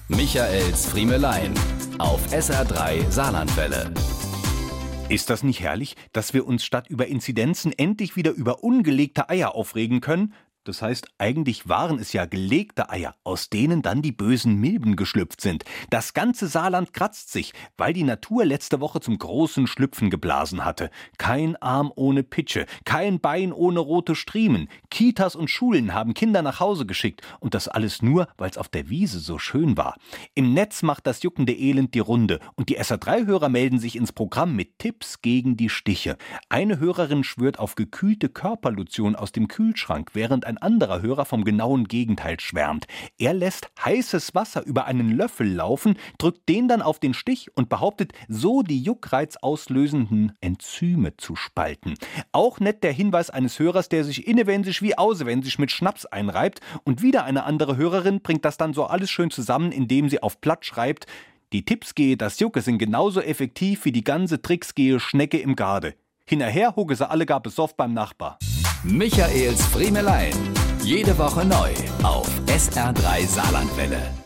Michaels Friemelein auf SR3 Saarlandwelle. Ist das nicht herrlich, dass wir uns statt über Inzidenzen endlich wieder über ungelegte Eier aufregen können? Das heißt, eigentlich waren es ja gelegte Eier, aus denen dann die bösen Milben geschlüpft sind. Das ganze Saarland kratzt sich, weil die Natur letzte Woche zum großen Schlüpfen geblasen hatte. Kein Arm ohne Pitsche, kein Bein ohne rote Striemen. Kitas und Schulen haben Kinder nach Hause geschickt. Und das alles nur, weil es auf der Wiese so schön war. Im Netz macht das juckende Elend die Runde. Und die SR3-Hörer melden sich ins Programm mit Tipps gegen die Stiche. Eine Hörerin schwört auf gekühlte Körperlotion aus dem Kühlschrank, während ein anderer Hörer vom genauen Gegenteil schwärmt. Er lässt heißes Wasser über einen Löffel laufen, drückt den dann auf den Stich und behauptet, so die juckreizauslösenden Enzyme zu spalten. Auch nett der Hinweis eines Hörers, der sich innewendig wie außerwendig mit Schnaps einreibt, und wieder eine andere Hörerin bringt das dann so alles schön zusammen, indem sie auf Platt schreibt: Die Tipps gehe das Jucke sind genauso effektiv wie die ganze Tricks gehe Schnecke im Garde. Hinterher hocke sie alle gar besoffen beim Nachbar. Michaels Friemelein. Jede Woche neu auf SR3 Saarlandwelle.